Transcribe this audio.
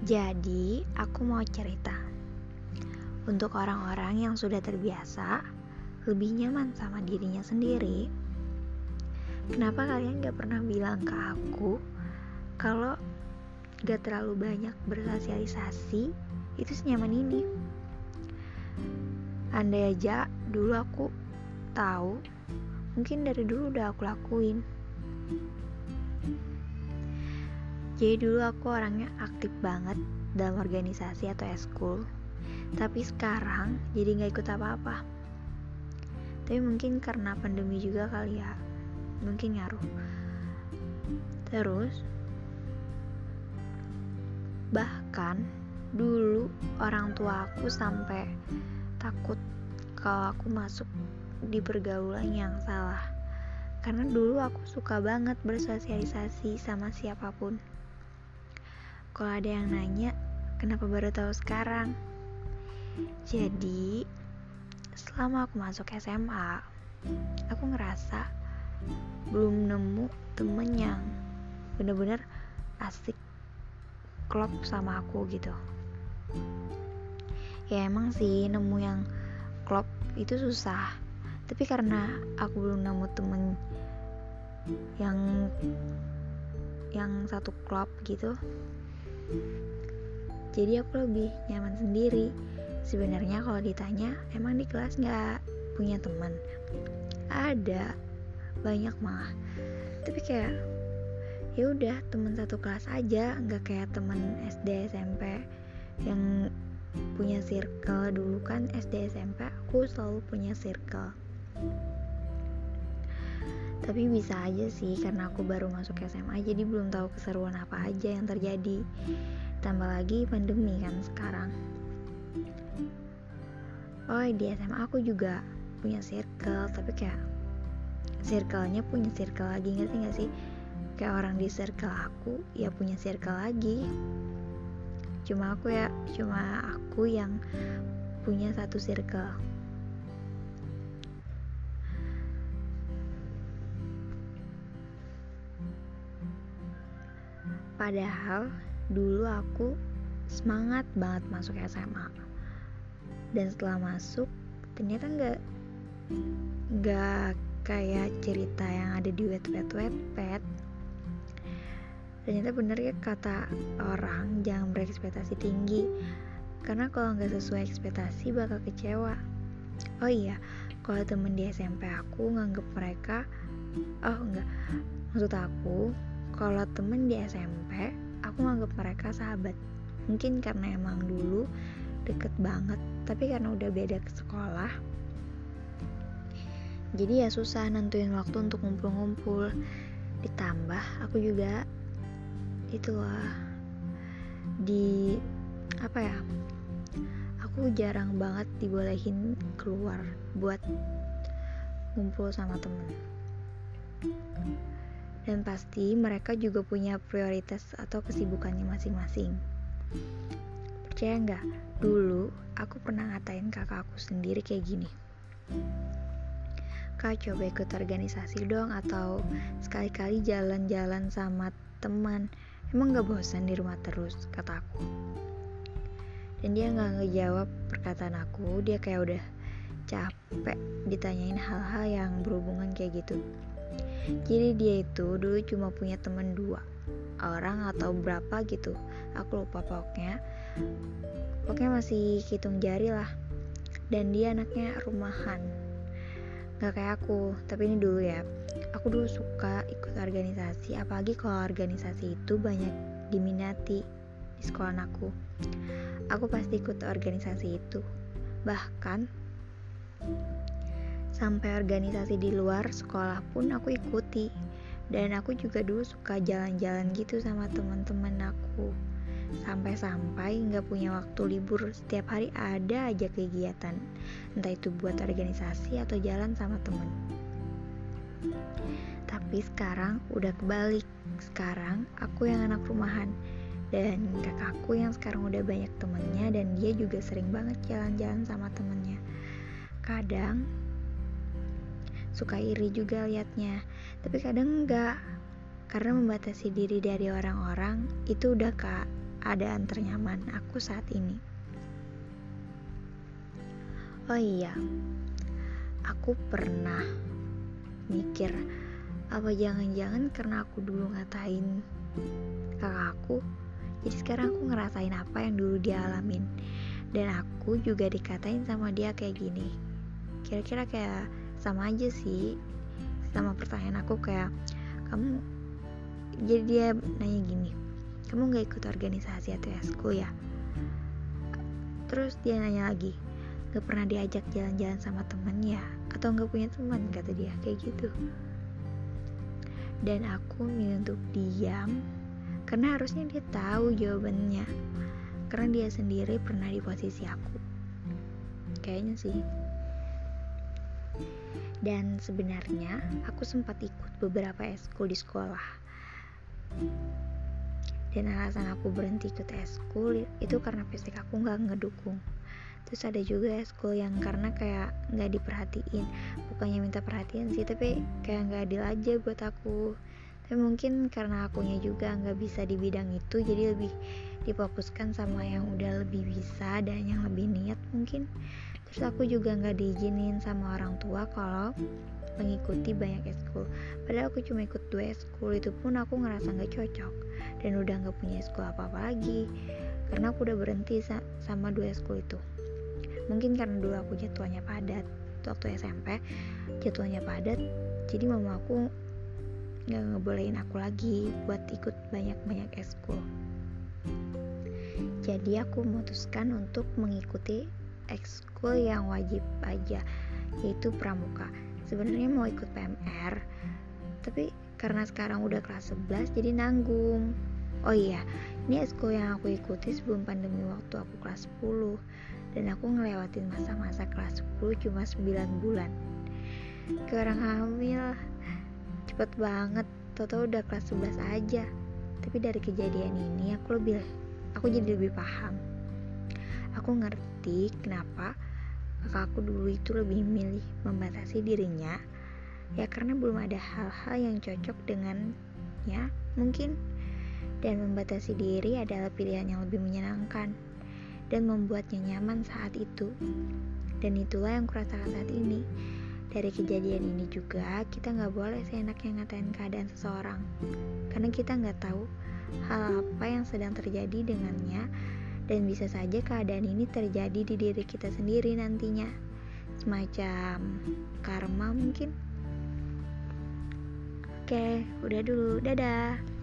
Jadi, aku mau cerita. Untuk orang-orang yang sudah terbiasa, lebih nyaman sama dirinya sendiri, kenapa kalian gak pernah bilang ke aku kalau gak terlalu banyak bersosialisasi itu senyaman ini? Andai aja dulu aku tahu, mungkin dari dulu udah aku lakuin. Jadi dulu aku orangnya aktif banget dalam organisasi atau eskul, tapi sekarang jadi gak ikut apa-apa. Tapi mungkin karena pandemi juga kali ya, mungkin ngaruh. Terus bahkan dulu orang tua aku sampai takut kalau aku masuk di pergaulan yang salah, karena dulu aku suka banget bersosialisasi sama siapapun. Kalau ada yang nanya, kenapa baru tahu sekarang? Jadi, selama aku masuk SMA, aku ngerasa belum nemu temen yang bener-bener asik klop sama aku gitu. Ya emang sih nemu yang klop itu susah, tapi karena aku belum nemu temen yang satu klop gitu, jadi aku lebih nyaman sendiri. Sebenarnya kalau ditanya, emang di kelas nggak punya teman? Ada, banyak malah. Tapi kayak ya udah teman satu kelas aja, nggak kayak teman SD SMP yang punya circle. Dulu kan SD SMP aku selalu punya circle. Tapi bisa aja sih karena aku baru masuk SMA, jadi belum tahu keseruan apa aja yang terjadi. Tambah lagi pandemi kan sekarang. Oh, di SMA aku juga punya circle, tapi kayak circle-nya punya circle lagi, ngerti gak sih? Kayak orang di circle aku ya punya circle lagi. Cuma aku yang punya satu circle. Padahal dulu aku semangat banget masuk SMA, dan setelah masuk ternyata nggak kayak cerita yang ada di Wattpad. Ternyata bener ya kata orang, jangan berekspektasi tinggi, karena kalau nggak sesuai ekspektasi bakal kecewa. Oh iya, kalau temen di SMP aku nganggep mereka, maksud aku kalau temen di SMP aku nganggep mereka sahabat. Mungkin karena emang dulu deket banget, tapi karena udah beda ke sekolah, jadi ya susah nentuin waktu untuk ngumpul-ngumpul. Ditambah aku juga aku jarang banget dibolehin keluar buat ngumpul sama temen. Dan pasti mereka juga punya prioritas atau kesibukannya masing-masing. Percaya nggak? Dulu aku pernah ngatain kakak aku sendiri kayak gini, "Kak, coba ikut organisasi dong, atau sekali-kali jalan-jalan sama teman. Emang gak bosan di rumah terus?" kata aku. Dan dia gak ngejawab perkataan aku. Dia kayak udah capek ditanyain hal-hal yang berhubungan kayak gitu. Jadi dia itu dulu cuma punya teman 2 orang atau berapa gitu, aku lupa. Pokoknya masih hitung jari lah. Dan dia anaknya rumahan, gak kayak aku. Tapi ini dulu ya, aku dulu suka ikut organisasi, apalagi kalau organisasi itu banyak diminati di sekolah aku. Aku pasti ikut organisasi itu. Bahkan sampai organisasi di luar sekolah pun aku ikuti. Dan aku juga dulu suka jalan-jalan gitu sama teman-teman aku. Sampai gak punya waktu libur, setiap hari ada aja kegiatan, entah itu buat organisasi atau jalan sama temen. Tapi sekarang udah kebalik. Sekarang aku yang anak rumahan, dan kakakku yang sekarang udah banyak temennya, dan dia juga sering banget jalan-jalan sama temennya. Kadang suka iri juga liatnya, tapi kadang enggak, karena membatasi diri dari orang-orang itu udah keadaan ternyaman aku saat ini. Oh iya, aku pernah mikir, apa jangan-jangan karena aku dulu ngatain kakak aku, jadi sekarang aku ngerasain apa yang dulu dia alamin, dan aku juga dikatain sama dia kayak gini. Kira-kira kayak sama aja sih sama pertanyaan aku, kayak kamu, jadi dia nanya gini, kamu gak ikut organisasi atau eskul ya? Terus dia nanya lagi, gak pernah diajak jalan-jalan sama temen ya? Atau gak punya teman, kata dia kayak gitu. Dan aku milih untuk diam, karena harusnya dia tahu jawabannya, karena dia sendiri pernah di posisi aku, kayaknya sih. Dan sebenarnya aku sempat ikut beberapa eskul di sekolah, dan alasan aku berhenti ikut eskul itu karena fisik aku gak ngedukung. Terus ada juga eskul yang karena kayak gak diperhatiin, bukannya minta perhatian sih, tapi kayak gak adil aja buat aku. Tapi mungkin karena akunya juga gak bisa di bidang itu, jadi lebih difokuskan sama yang udah lebih bisa dan yang lebih niat mungkin. Terus aku juga gak diizinin sama orang tua kalau mengikuti banyak eskul, padahal aku cuma ikut 2 eskul, itu pun aku ngerasa gak cocok dan udah gak punya eskul apa-apa lagi, karena aku udah berhenti sama 2 eskul itu. Mungkin karena dulu aku jadwalnya padat, waktu SMP jadwalnya padat, jadi mama aku gak ngebolehin aku lagi buat ikut banyak-banyak eskul. Jadi aku memutuskan untuk mengikuti ekskul yang wajib aja, yaitu pramuka. Sebenarnya mau ikut PMR, tapi karena sekarang udah kelas 11 jadi nanggung. Oh iya, ini ekskul yang aku ikuti sebelum pandemi waktu aku kelas 10, dan aku ngelewatin masa-masa kelas 10 cuma 9 bulan. Kayak orang hamil, cepet banget, tau-tau udah kelas 11 aja. Tapi dari kejadian ini aku jadi lebih paham. Aku ngerti kenapa kakak aku dulu itu lebih milih membatasi dirinya, ya karena belum ada hal-hal yang cocok dengannya mungkin. Dan membatasi diri adalah pilihan yang lebih menyenangkan dan membuatnya nyaman saat itu. Dan itulah yang kurasakan saat ini. Dari kejadian ini juga kita gak boleh seenaknya ngatain keadaan seseorang, karena kita gak tahu hal apa yang sedang terjadi dengannya, dan bisa saja keadaan ini terjadi di diri kita sendiri nantinya, semacam karma mungkin. Oke, udah dulu, dadah.